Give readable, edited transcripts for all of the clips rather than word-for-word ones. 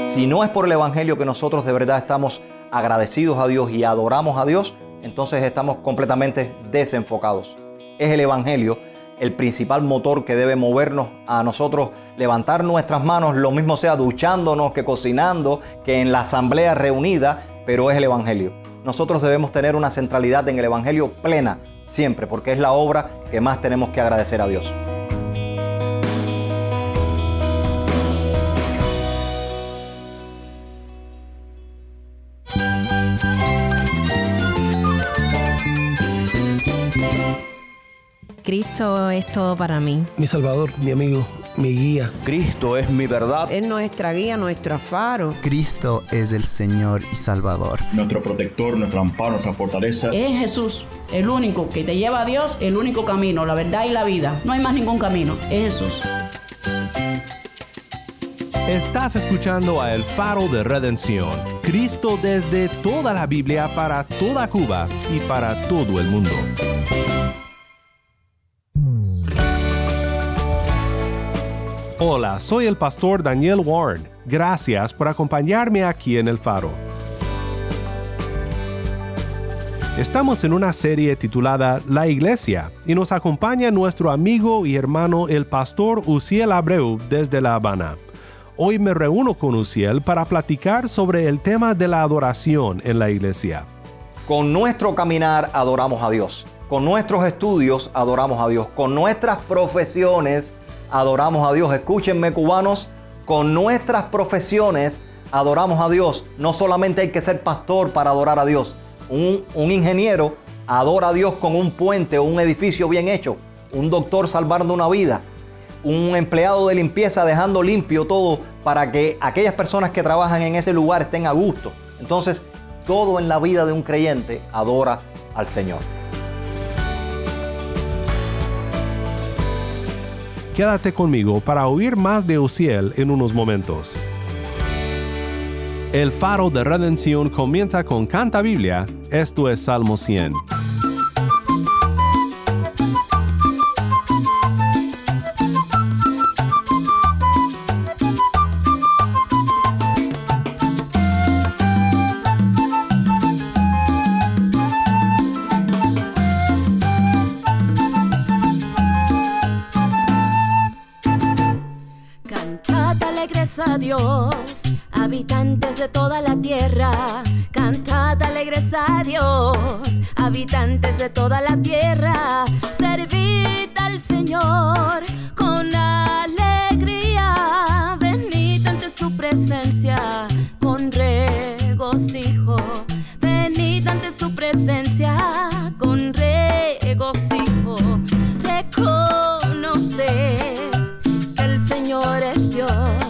Si no es por el Evangelio que nosotros de verdad estamos agradecidos a Dios y adoramos a Dios, entonces estamos completamente desenfocados. Es el Evangelio el principal motor que debe movernos a nosotros, levantar nuestras manos, lo mismo sea duchándonos, que cocinando, que en la asamblea reunida, pero es el Evangelio. Nosotros debemos tener una centralidad en el Evangelio plena, siempre, porque es la obra que más tenemos que agradecer a Dios. Cristo es todo para mí. Mi Salvador, mi amigo, mi guía. Cristo es mi verdad. Es nuestra guía, nuestro faro. Cristo es el Señor y Salvador. Nuestro protector, nuestro amparo, nuestra fortaleza. Es Jesús, el único que te lleva a Dios, el único camino, la verdad y la vida. No hay más ningún camino, es Jesús. Estás escuchando a El Faro de Redención. Cristo desde toda la Biblia para toda Cuba y para todo el mundo. Hola, soy el pastor Daniel Warren. Gracias por acompañarme aquí en El Faro. Estamos en una serie titulada La Iglesia y nos acompaña nuestro amigo y hermano el pastor Uziel Abreu desde La Habana. Hoy me reúno con Uziel para platicar sobre el tema de la adoración en la iglesia. Con nuestro caminar adoramos a Dios. Con nuestros estudios adoramos a Dios. Con nuestras profesiones adoramos a Dios. Escúchenme, cubanos, con nuestras profesiones adoramos a Dios. No solamente hay que ser pastor para adorar a Dios. Un ingeniero adora a Dios con un puente o un edificio bien hecho. Un doctor salvando una vida. Un empleado de limpieza dejando limpio todo para que aquellas personas que trabajan en ese lugar estén a gusto. Entonces, todo en la vida de un creyente adora al Señor. Quédate conmigo para oír más de Uziel en unos momentos. El Faro de Redención comienza con Canta Biblia. Esto es Salmo 100. A Dios, habitantes de toda la tierra, cantad alegres a Dios, habitantes de toda la tierra, servid al Señor con alegría, venid ante su presencia con regocijo, venid ante su presencia con regocijo, reconoced que el Señor es Dios.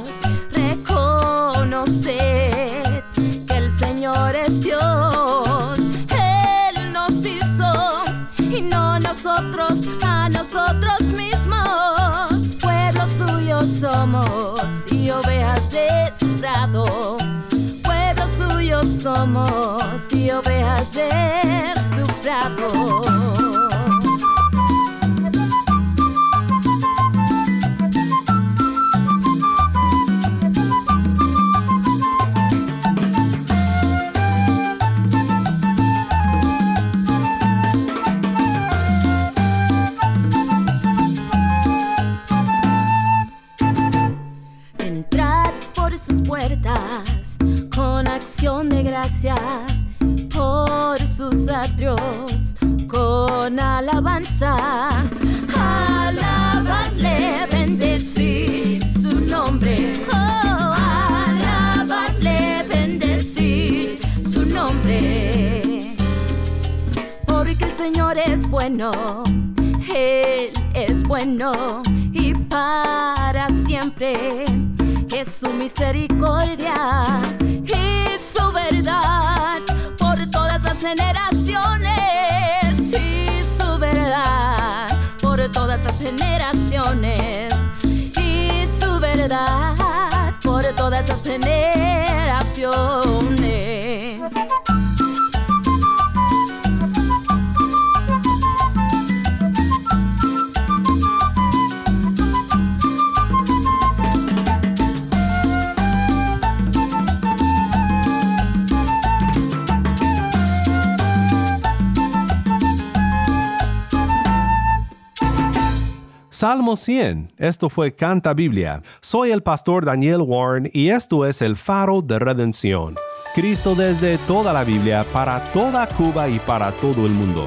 Reconoced que el Señor es Dios. Él nos hizo y no nosotros a nosotros mismos. Pueblo suyo somos y ovejas de su prado. Pueblo suyo somos y ovejas de su prado. Con acción de gracias por sus atrios, con alabanza, alabarle, bendecir su nombre, oh, alabarle, bendecir su nombre, porque el Señor es bueno, Él es bueno y para siempre. Es su misericordia y su verdad por todas las generaciones, y su verdad por todas las generaciones, y su verdad por todas las generaciones. Salmo 100. Esto fue Canta Biblia. Soy el pastor Daniel Warren y esto es el Faro de Redención. Cristo desde toda la Biblia, para toda Cuba y para todo el mundo.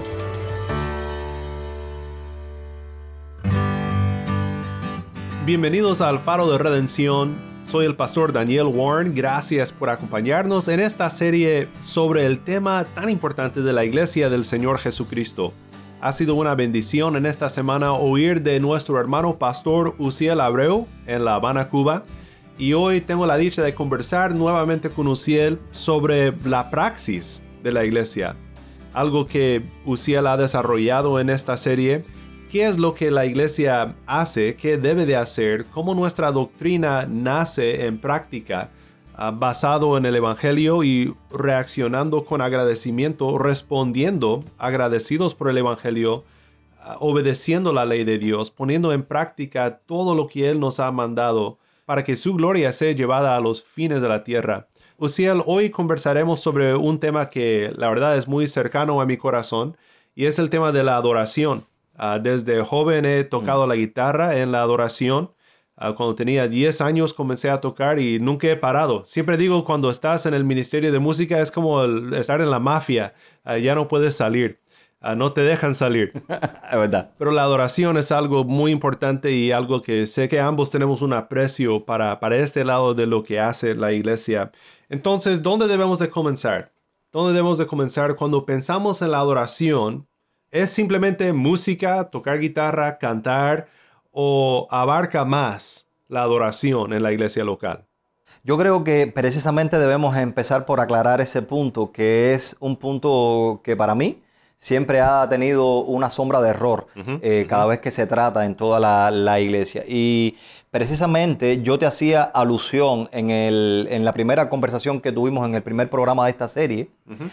Bienvenidos al Faro de Redención. Soy el pastor Daniel Warren. Gracias por acompañarnos en esta serie sobre el tema tan importante de la Iglesia del Señor Jesucristo. Ha sido una bendición en esta semana oír de nuestro hermano pastor Uziel Abreu en La Habana, Cuba. Y hoy tengo la dicha de conversar nuevamente con Uziel sobre la praxis de la Iglesia. Algo que Uziel ha desarrollado en esta serie. ¿Qué es lo que la Iglesia hace? ¿Qué debe de hacer? ¿Cómo nuestra doctrina nace en práctica? Basado en el Evangelio y reaccionando con agradecimiento, respondiendo agradecidos por el Evangelio, obedeciendo la ley de Dios, poniendo en práctica todo lo que Él nos ha mandado para que su gloria sea llevada a los fines de la tierra. Uziel, hoy conversaremos sobre un tema que la verdad es muy cercano a mi corazón y es el tema de la adoración. Desde joven he tocado la guitarra en la adoración. Cuando tenía 10 años comencé a tocar y nunca he parado. Siempre digo, cuando estás en el ministerio de música es como estar en la mafia. Ya no puedes salir. No te dejan salir. Es verdad. Pero la adoración es algo muy importante y algo que sé que ambos tenemos un aprecio para este lado de lo que hace la Iglesia. Entonces, ¿dónde debemos de comenzar? ¿Dónde debemos de comenzar cuando pensamos en la adoración? ¿Es simplemente música, tocar guitarra, cantar, o abarca más la adoración en la iglesia local? Yo creo que precisamente debemos empezar por aclarar ese punto, que es un punto que para mí siempre ha tenido una sombra de error cada vez que se trata en toda la iglesia. Y precisamente yo te hacía alusión en la primera conversación que tuvimos en el primer programa de esta serie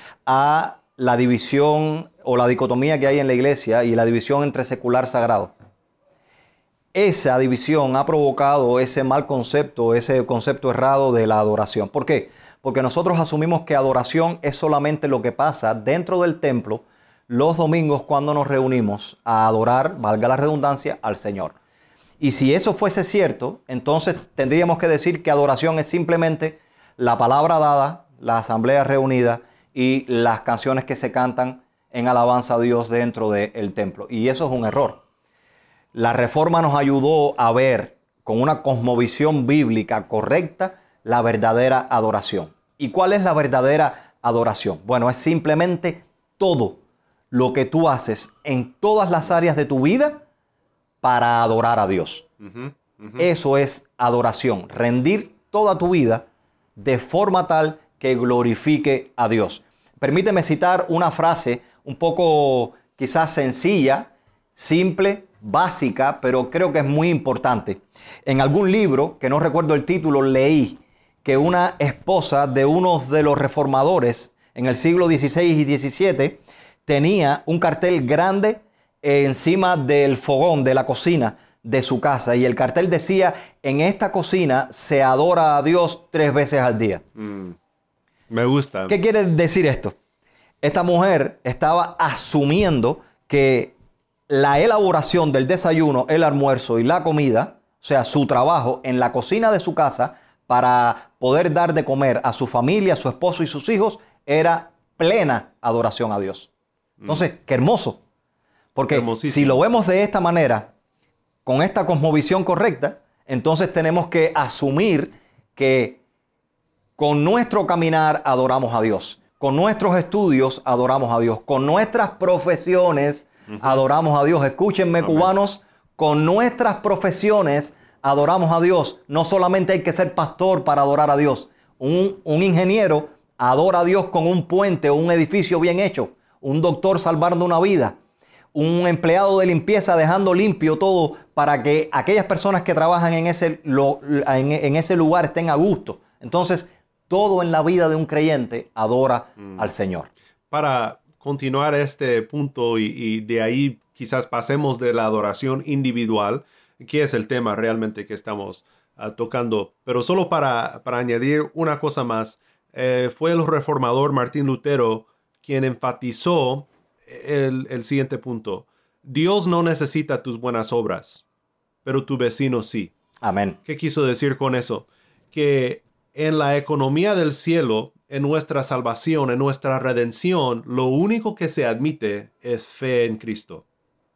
a la división o la dicotomía que hay en la iglesia y la división entre secular y sagrado. Esa división ha provocado ese mal concepto, ese concepto errado de la adoración. ¿Por qué? Porque nosotros asumimos que adoración es solamente lo que pasa dentro del templo los domingos cuando nos reunimos a adorar, valga la redundancia, al Señor. Y si eso fuese cierto, entonces tendríamos que decir que adoración es simplemente la palabra dada, la asamblea reunida y las canciones que se cantan en alabanza a Dios dentro del templo. Y eso es un error. La Reforma nos ayudó a ver con una cosmovisión bíblica correcta la verdadera adoración. ¿Y cuál es la verdadera adoración? Bueno, es simplemente todo lo que tú haces en todas las áreas de tu vida para adorar a Dios. Eso es adoración, rendir toda tu vida de forma tal que glorifique a Dios. Permíteme citar una frase un poco quizás sencilla, simple, básica, pero creo que es muy importante. En algún libro, que no recuerdo el título, leí que una esposa de uno de los reformadores en el siglo XVI y XVII tenía un cartel grande encima del fogón de la cocina de su casa y el cartel decía: en esta cocina se adora a Dios 3 veces al día. Me gusta. ¿Qué quiere decir esto? Esta mujer estaba asumiendo que la elaboración del desayuno, el almuerzo y la comida, o sea, su trabajo en la cocina de su casa para poder dar de comer a su familia, a su esposo y sus hijos, era plena adoración a Dios. Entonces, qué hermoso. Porque si lo vemos de esta manera, con esta cosmovisión correcta, entonces tenemos que asumir que con nuestro caminar adoramos a Dios. Con nuestros estudios adoramos a Dios. Con nuestras profesiones adoramos a Dios. Escúchenme, amén, cubanos, con nuestras profesiones adoramos a Dios. No solamente hay que ser pastor para adorar a Dios. Un ingeniero adora a Dios con un puente o un edificio bien hecho. Un doctor salvando una vida. Un empleado de limpieza dejando limpio todo para que aquellas personas que trabajan en ese lugar estén a gusto. Entonces, todo en la vida de un creyente adora al Señor. Para continuar este punto y de ahí quizás pasemos de la adoración individual, que es el tema realmente que estamos tocando. Pero solo para añadir una cosa más, fue el reformador Martín Lutero quien enfatizó el siguiente punto. Dios no necesita tus buenas obras. pero tu vecino sí. Amén. ¿Qué quiso decir con eso? Que en la economía del cielo, en nuestra salvación, en nuestra redención, lo único que se admite es fe en Cristo.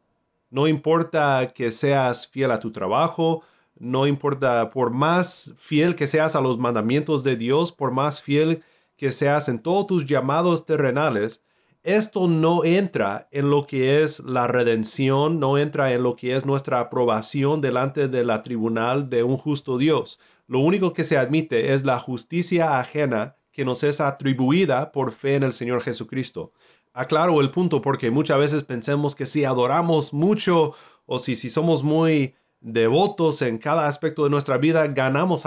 No importa que seas fiel a tu trabajo, no importa, por más fiel que seas a los mandamientos de Dios, por más fiel que seas en todos tus llamados terrenales, esto no entra en lo que es la redención, no entra en lo que es nuestra aprobación delante de la tribunal de un justo Dios. Lo único que se admite es la justicia ajena que nos es atribuida por fe en el Señor Jesucristo. Aclaro el punto porque muchas veces pensamos que si adoramos mucho o si somos muy devotos en cada aspecto de nuestra vida, ganamos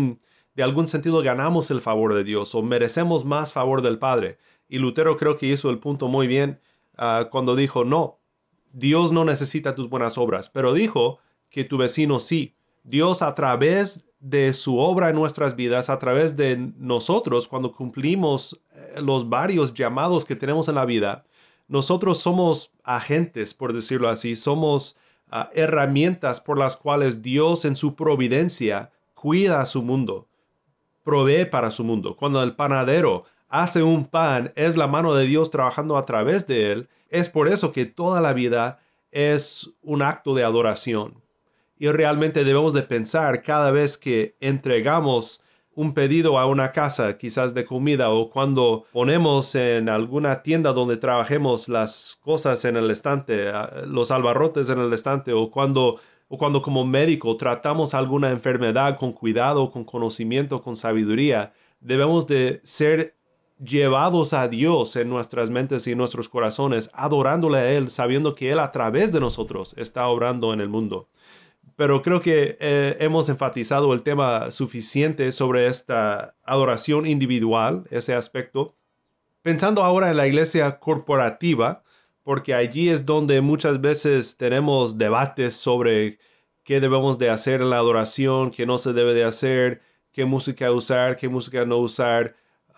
de algún sentido ganamos el favor de Dios o merecemos más favor del Padre. Y Lutero creo que hizo el punto muy bien cuando dijo, no, Dios no necesita tus buenas obras, pero dijo que tu vecino sí. Dios a través de su obra en nuestras vidas, a través de nosotros, cuando cumplimos los varios llamados que tenemos en la vida, nosotros somos agentes, por decirlo así, somos herramientas por las cuales Dios en su providencia cuida a su mundo, provee para su mundo. Cuando el panadero hace un pan, es la mano de Dios trabajando a través de él. Es por eso que toda la vida es un acto de adoración. Y realmente debemos de pensar cada vez que entregamos un pedido a una casa, quizás de comida, o cuando ponemos en alguna tienda donde trabajemos las cosas en el estante, los abarrotes en el estante, o cuando como médico tratamos alguna enfermedad con cuidado, con conocimiento, con sabiduría, debemos de ser llevados a Dios en nuestras mentes y en nuestros corazones, adorándole a Él, sabiendo que Él a través de nosotros está obrando en el mundo. Pero creo que hemos enfatizado el tema suficiente sobre esta adoración individual, ese aspecto. Pensando ahora en la iglesia corporativa, porque allí es donde muchas veces tenemos debates sobre qué debemos de hacer en la adoración, qué no se debe de hacer, qué música usar, qué música no usar.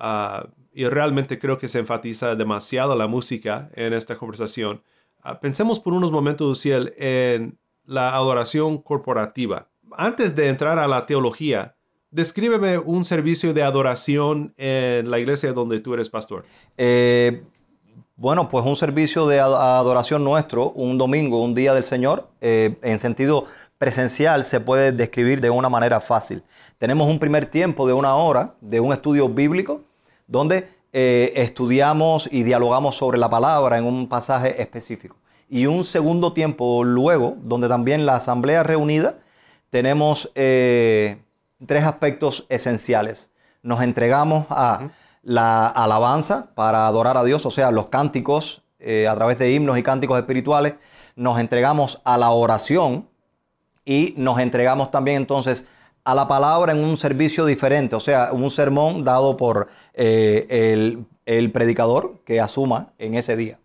Y realmente creo que se enfatiza demasiado la música en esta conversación. Pensemos por unos momentos, Uziel, en la adoración corporativa. Antes de entrar a la teología, descríbeme un servicio de adoración en la iglesia donde tú eres pastor. Bueno, pues un servicio de adoración nuestro, un domingo, un día del Señor, en sentido presencial se puede describir de una manera fácil. Tenemos un primer tiempo de 1 hora de un estudio bíblico donde estudiamos y dialogamos sobre la palabra en un pasaje específico. Y un segundo tiempo luego, donde también la asamblea reunida, tenemos 3 aspectos esenciales. Nos entregamos a la alabanza para adorar a Dios, o sea, los cánticos a través de himnos y cánticos espirituales. Nos entregamos a la oración y nos entregamos también entonces a la palabra en un servicio diferente, o sea, un sermón dado por el predicador que asuma en ese día.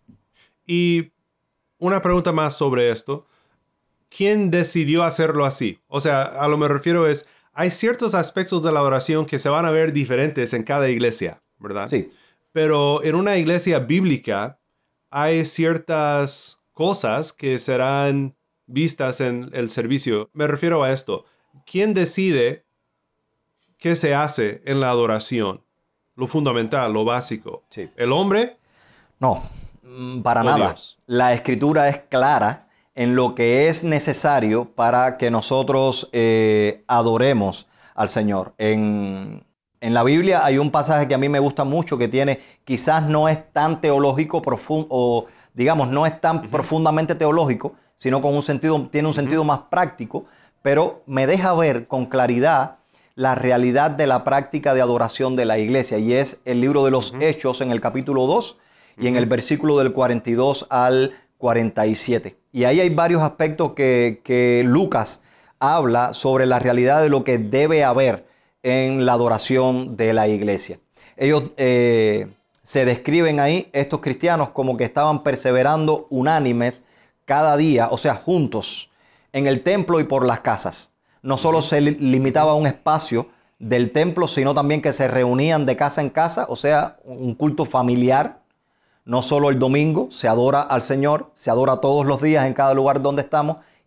Y una pregunta más sobre esto. ¿Quién decidió hacerlo así? O sea, a lo que me refiero es, hay ciertos aspectos de la adoración que se van a ver diferentes en cada iglesia, ¿verdad? Sí. Pero en una iglesia bíblica hay ciertas cosas que serán vistas en el servicio. Me refiero a esto. ¿Quién decide qué se hace en la adoración? Lo fundamental, lo básico. Sí. ¿El hombre? No. Para nada. Dios. La escritura es clara en lo que es necesario para que nosotros adoremos al Señor. En la Biblia hay un pasaje que a mí me gusta mucho que tiene, quizás no es tan teológico profundo, o digamos no es tan profundamente teológico, sino con un sentido, tiene un sentido más práctico, pero me deja ver con claridad la realidad de la práctica de adoración de la iglesia, y es el libro de los Hechos en el capítulo 2 y en el versículo del 42 al 47. Y ahí hay varios aspectos que Lucas habla sobre la realidad de lo que debe haber en la adoración de la iglesia. Ellos se describen ahí, estos cristianos, como que estaban perseverando unánimes cada día, o sea, juntos, en el templo y por las casas. No solo se limitaba a un espacio del templo, sino también que se reunían de casa en casa, o sea, un culto familiar. No solo el domingo se adora al Señor, se adora todos los días en cada lugar donde estamos,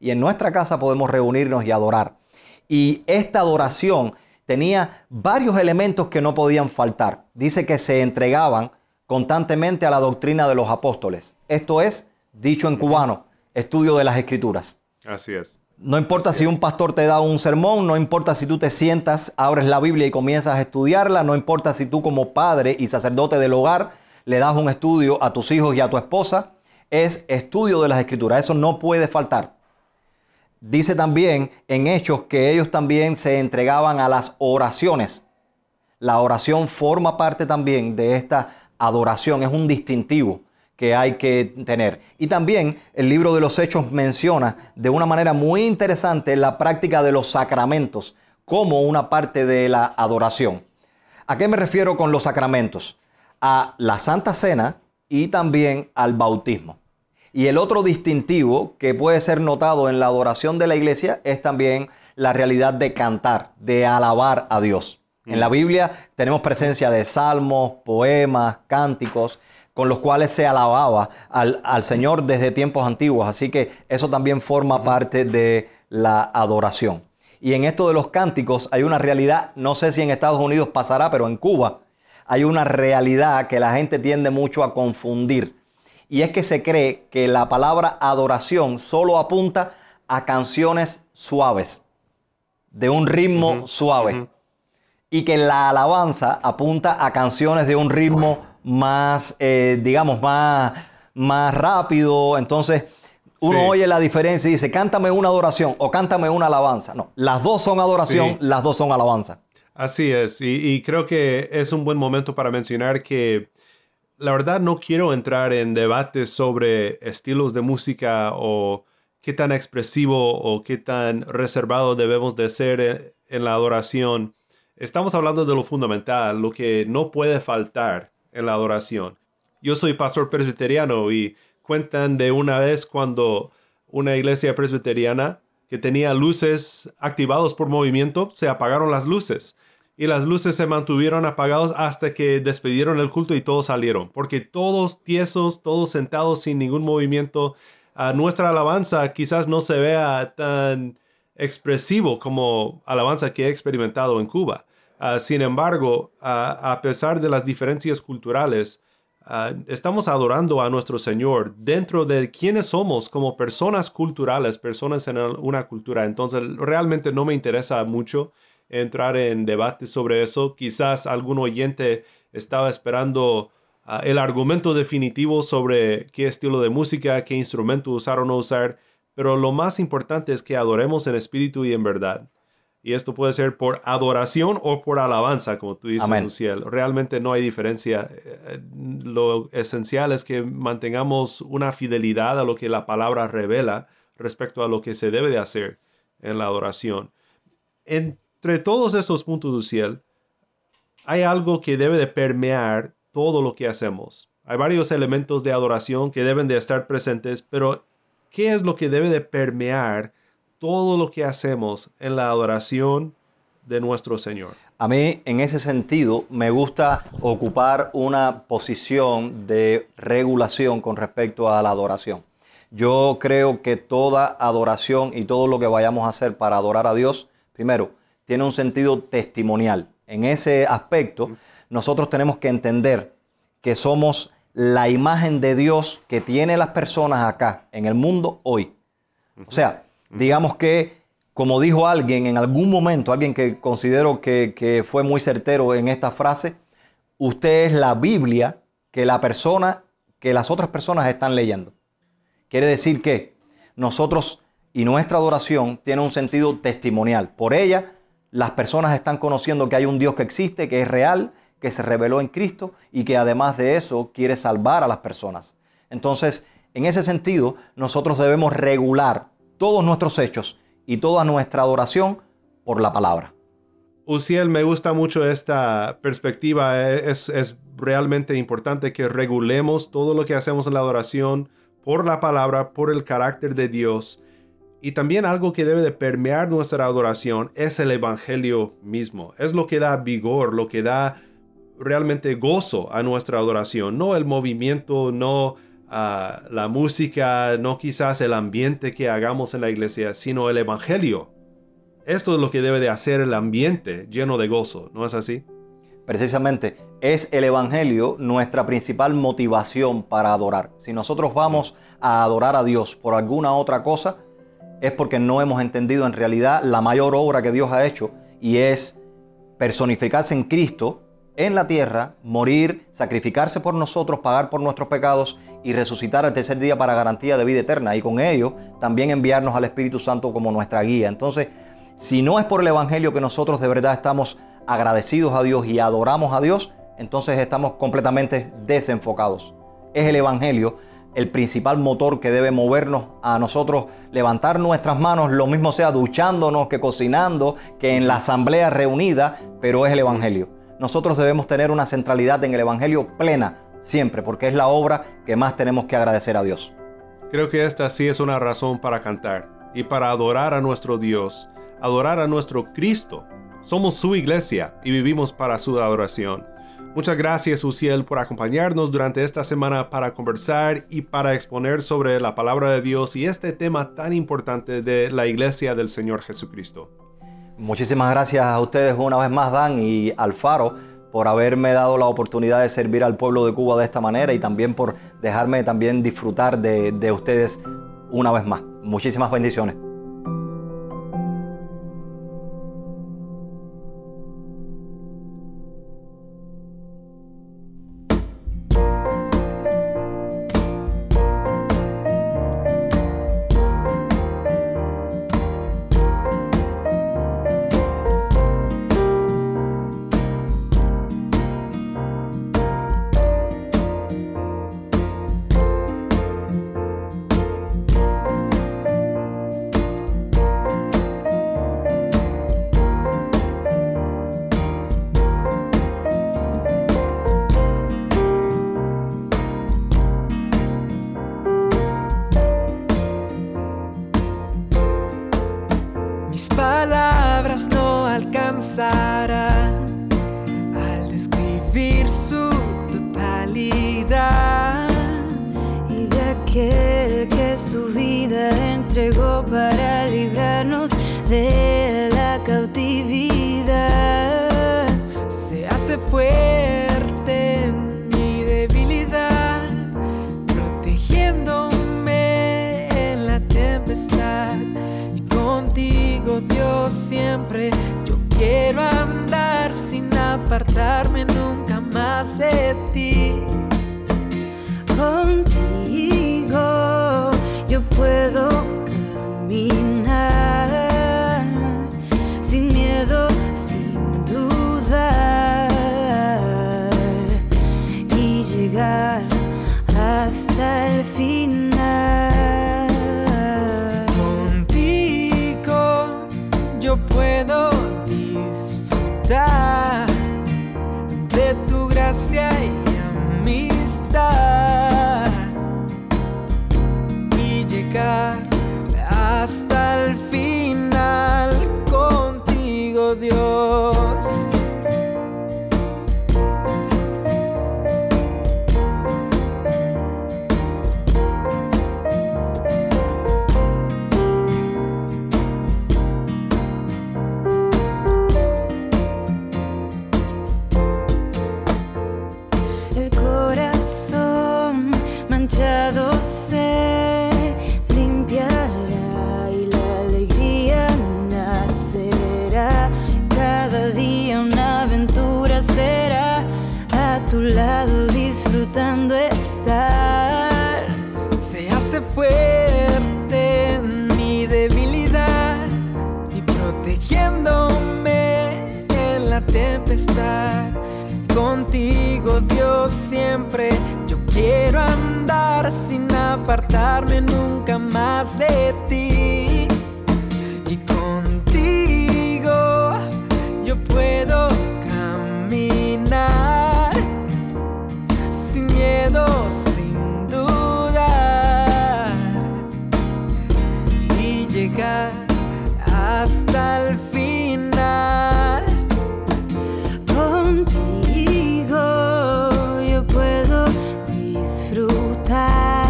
y en nuestra casa podemos reunirnos y adorar. Y esta adoración tenía varios elementos que no podían faltar. Dice que se entregaban constantemente a la doctrina de los apóstoles. Esto es, dicho en cubano, estudio de las Escrituras. Así es. No importa si un pastor te da un sermón, no importa si tú te sientas, abres la Biblia y comienzas a estudiarla, no importa si tú como padre y sacerdote del hogar le das un estudio a tus hijos y a tu esposa, es estudio de las Escrituras. Eso no puede faltar. Dice también en Hechos que ellos también se entregaban a las oraciones. La oración forma parte también de esta adoración, es un distintivo que hay que tener. Y también el libro de los Hechos menciona de una manera muy interesante la práctica de los sacramentos como una parte de la adoración. ¿A qué me refiero con los sacramentos? A la Santa Cena y también al bautismo. Y el otro distintivo que puede ser notado en la adoración de la iglesia es también la realidad de cantar, de alabar a Dios. En la Biblia tenemos presencia de salmos, poemas, cánticos, con los cuales se alababa al Señor desde tiempos antiguos. Así que eso también forma parte de la adoración. Y en esto de los cánticos hay una realidad, no sé si en Estados Unidos pasará, pero en Cuba hay una realidad que la gente tiende mucho a confundir. Y es que se cree que la palabra adoración solo apunta a canciones suaves, de un ritmo suave. Y que la alabanza apunta a canciones de un ritmo más, más rápido. Entonces uno oye la diferencia y dice, cántame una adoración o cántame una alabanza. No, las dos son adoración, las dos son alabanza. Así es, y creo que es un buen momento para mencionar que la verdad no quiero entrar en debates sobre estilos de música o qué tan expresivo o qué tan reservado debemos de ser en la adoración. Estamos hablando de lo fundamental, lo que no puede faltar en la adoración. Yo soy pastor presbiteriano y cuentan de una vez cuando una iglesia presbiteriana que tenía luces activados por movimiento, se apagaron las luces. Y las luces se mantuvieron apagadas hasta que despidieron el culto y todos salieron. Porque todos tiesos, todos sentados sin ningún movimiento. Nuestra alabanza quizás no se vea tan expresivo como alabanza que he experimentado en Cuba. Sin embargo, a pesar de las diferencias culturales, estamos adorando a nuestro Señor dentro de quienes somos como personas culturales, personas en una cultura. Entonces, realmente no me interesa mucho entrar en debate sobre eso. Quizás algún oyente estaba esperando el argumento definitivo sobre qué estilo de música, qué instrumento usar o no usar, pero lo más importante es que adoremos en espíritu y en verdad. Y esto puede ser por adoración o por alabanza, como tú dices, Uziel. Realmente no hay diferencia. Lo esencial es que mantengamos una fidelidad a lo que la palabra revela respecto a lo que se debe de hacer en la adoración. Entre todos estos puntos, Uziel, hay algo que debe de permear todo lo que hacemos. Hay varios elementos de adoración que deben de estar presentes, pero ¿qué es lo que debe de permear todo lo que hacemos en la adoración de nuestro Señor? A mí, en ese sentido, me gusta ocupar una posición de regulación con respecto a la adoración. Yo creo que toda adoración y todo lo que vayamos a hacer para adorar a Dios, primero, tiene un sentido testimonial. En ese aspecto, nosotros tenemos que entender que somos la imagen de Dios que tienen las personas acá, en el mundo hoy. O sea, digamos que, como dijo alguien en algún momento, alguien que considero que fue muy certero en esta frase, usted es la Biblia que las otras personas están leyendo. Quiere decir que nosotros y nuestra adoración tiene un sentido testimonial. Por ella, las personas están conociendo que hay un Dios que existe, que es real, que se reveló en Cristo y que además de eso quiere salvar a las personas. Entonces, en ese sentido, nosotros debemos regular todos nuestros hechos y toda nuestra adoración por la palabra. Uziel, me gusta mucho esta perspectiva. Es realmente importante que regulemos todo lo que hacemos en la adoración por la palabra, por el carácter de Dios. Y también algo que debe de permear nuestra adoración es el evangelio mismo. Es lo que da vigor, lo que da realmente gozo a nuestra adoración. No el movimiento, no la música, no quizás el ambiente que hagamos en la iglesia, sino el evangelio. Esto es lo que debe de hacer el ambiente lleno de gozo, ¿no es así? Precisamente, es el evangelio nuestra principal motivación para adorar. Si nosotros vamos a adorar a Dios por alguna otra cosa, es porque no hemos entendido en realidad la mayor obra que Dios ha hecho, y es personificarse en Cristo en la tierra, morir, sacrificarse por nosotros, pagar por nuestros pecados y resucitar al tercer día para garantía de vida eterna, y con ello también enviarnos al Espíritu Santo como nuestra guía. Entonces, si no es por el evangelio que nosotros de verdad estamos agradecidos a Dios y adoramos a Dios, entonces estamos completamente desenfocados. Es el evangelio el principal motor que debe movernos a nosotros, levantar nuestras manos, lo mismo sea duchándonos, que cocinando, que en la asamblea reunida, pero es el evangelio. Nosotros debemos tener una centralidad en el evangelio plena, siempre, porque es la obra que más tenemos que agradecer a Dios. Creo que esta sí es una razón para cantar y para adorar a nuestro Dios, adorar a nuestro Cristo. Somos su iglesia y vivimos para su adoración. Muchas gracias, Uziel, por acompañarnos durante esta semana para conversar y para exponer sobre la palabra de Dios y este tema tan importante de la iglesia del Señor Jesucristo. Muchísimas gracias a ustedes una vez más, Dan, y al Faro, por haberme dado la oportunidad de servir al pueblo de Cuba de esta manera, y también por dejarme también disfrutar de ustedes una vez más. Muchísimas bendiciones. Palabras no alcanzarán al describir su totalidad, y de aquel que su vida entregó para librarnos de la cautividad. Se hace fuerte en mi debilidad, protegiéndome en la tempestad. Contigo, Dios, siempre yo quiero andar sin apartarme nunca más de ti. Contigo yo puedo caminar sin miedo, sin dudar, y llegar hasta el final. Yo puedo disfrutar de tu gracia y amistad, y llegar hasta el final contigo, Dios. Manchado se limpiará y la alegría nacerá. Cada día una aventura será, a tu lado disfrutando estar. Se hace fuerte en mi debilidad y protegiéndome en la tempestad. Contigo, Dios, siempre yo quiero andar sin apartarme nunca más de ti. Y contigo yo puedo caminar sin miedo, sin dudar, y llegar hasta el final. Contigo yo puedo disfrutar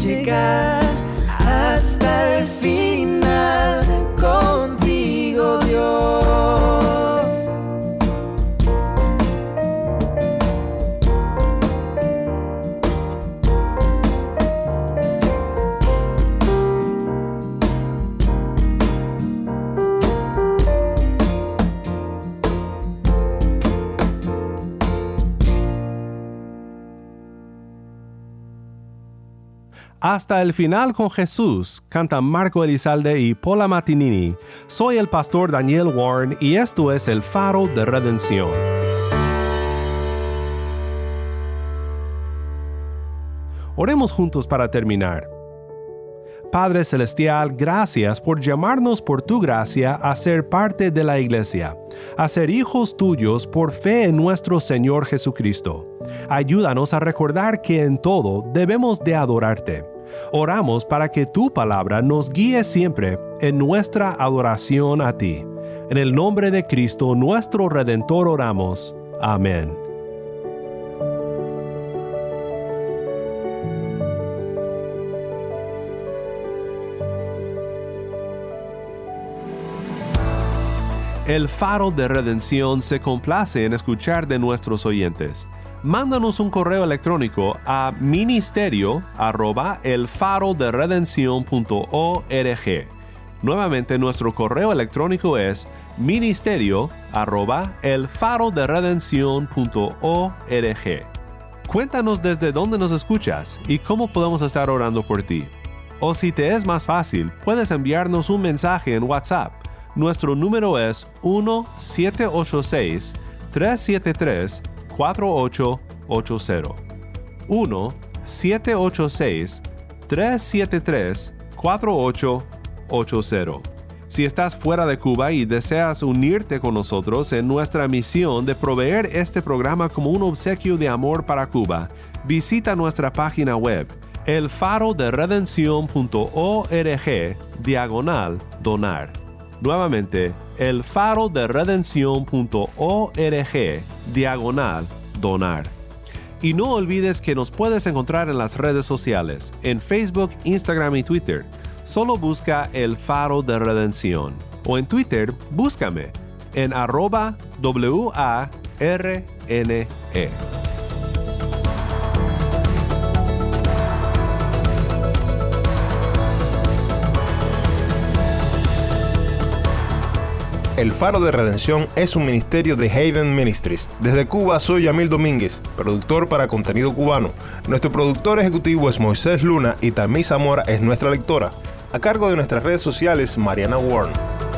llegar hasta el final contigo, Dios. Hasta el final con Jesús, cantan Marco Elizalde y Paula Martinini. Soy el pastor Daniel Warren y esto es El Faro de Redención. Oremos juntos para terminar. Padre Celestial, gracias por llamarnos por tu gracia a ser parte de la iglesia, a ser hijos tuyos por fe en nuestro Señor Jesucristo. Ayúdanos a recordar que en todo debemos de adorarte. Oramos para que tu palabra nos guíe siempre en nuestra adoración a ti. En el nombre de Cristo, nuestro Redentor, oramos. Amén. El Faro de Redención se complace en escuchar de nuestros oyentes. Mándanos un correo electrónico a ministerio@elfaroderedencion.org. Nuevamente nuestro correo electrónico es ministerio@elfaroderedencion.org. Cuéntanos desde dónde nos escuchas y cómo podemos estar orando por ti. O si te es más fácil, puedes enviarnos un mensaje en WhatsApp. Nuestro número es 1-786-373-4880. 1-786-373-4880. Si estás fuera de Cuba y deseas unirte con nosotros en nuestra misión de proveer este programa como un obsequio de amor para Cuba, visita nuestra página web elfaroderedencion.org/donar. Nuevamente, elfaroderedencion.org/donar. Y no olvides que nos puedes encontrar en las redes sociales, en Facebook, Instagram y Twitter. Solo busca El Faro de Redención. O en Twitter, búscame en @WARNE. El Faro de Redención es un ministerio de Haven Ministries. Desde Cuba soy Yamil Domínguez, productor para contenido cubano. Nuestro productor ejecutivo es Moisés Luna y Tammy Zamora es nuestra lectora. A cargo de nuestras redes sociales, Mariana Warren.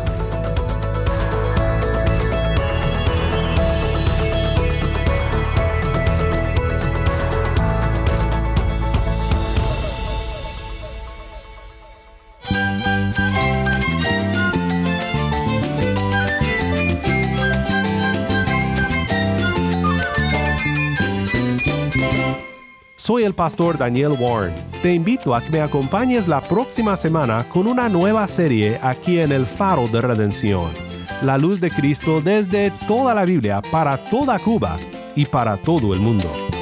Soy el pastor Daniel Warren. Te invito a que me acompañes la próxima semana con una nueva serie aquí en El Faro de Redención. La luz de Cristo desde toda la Biblia para toda Cuba y para todo el mundo.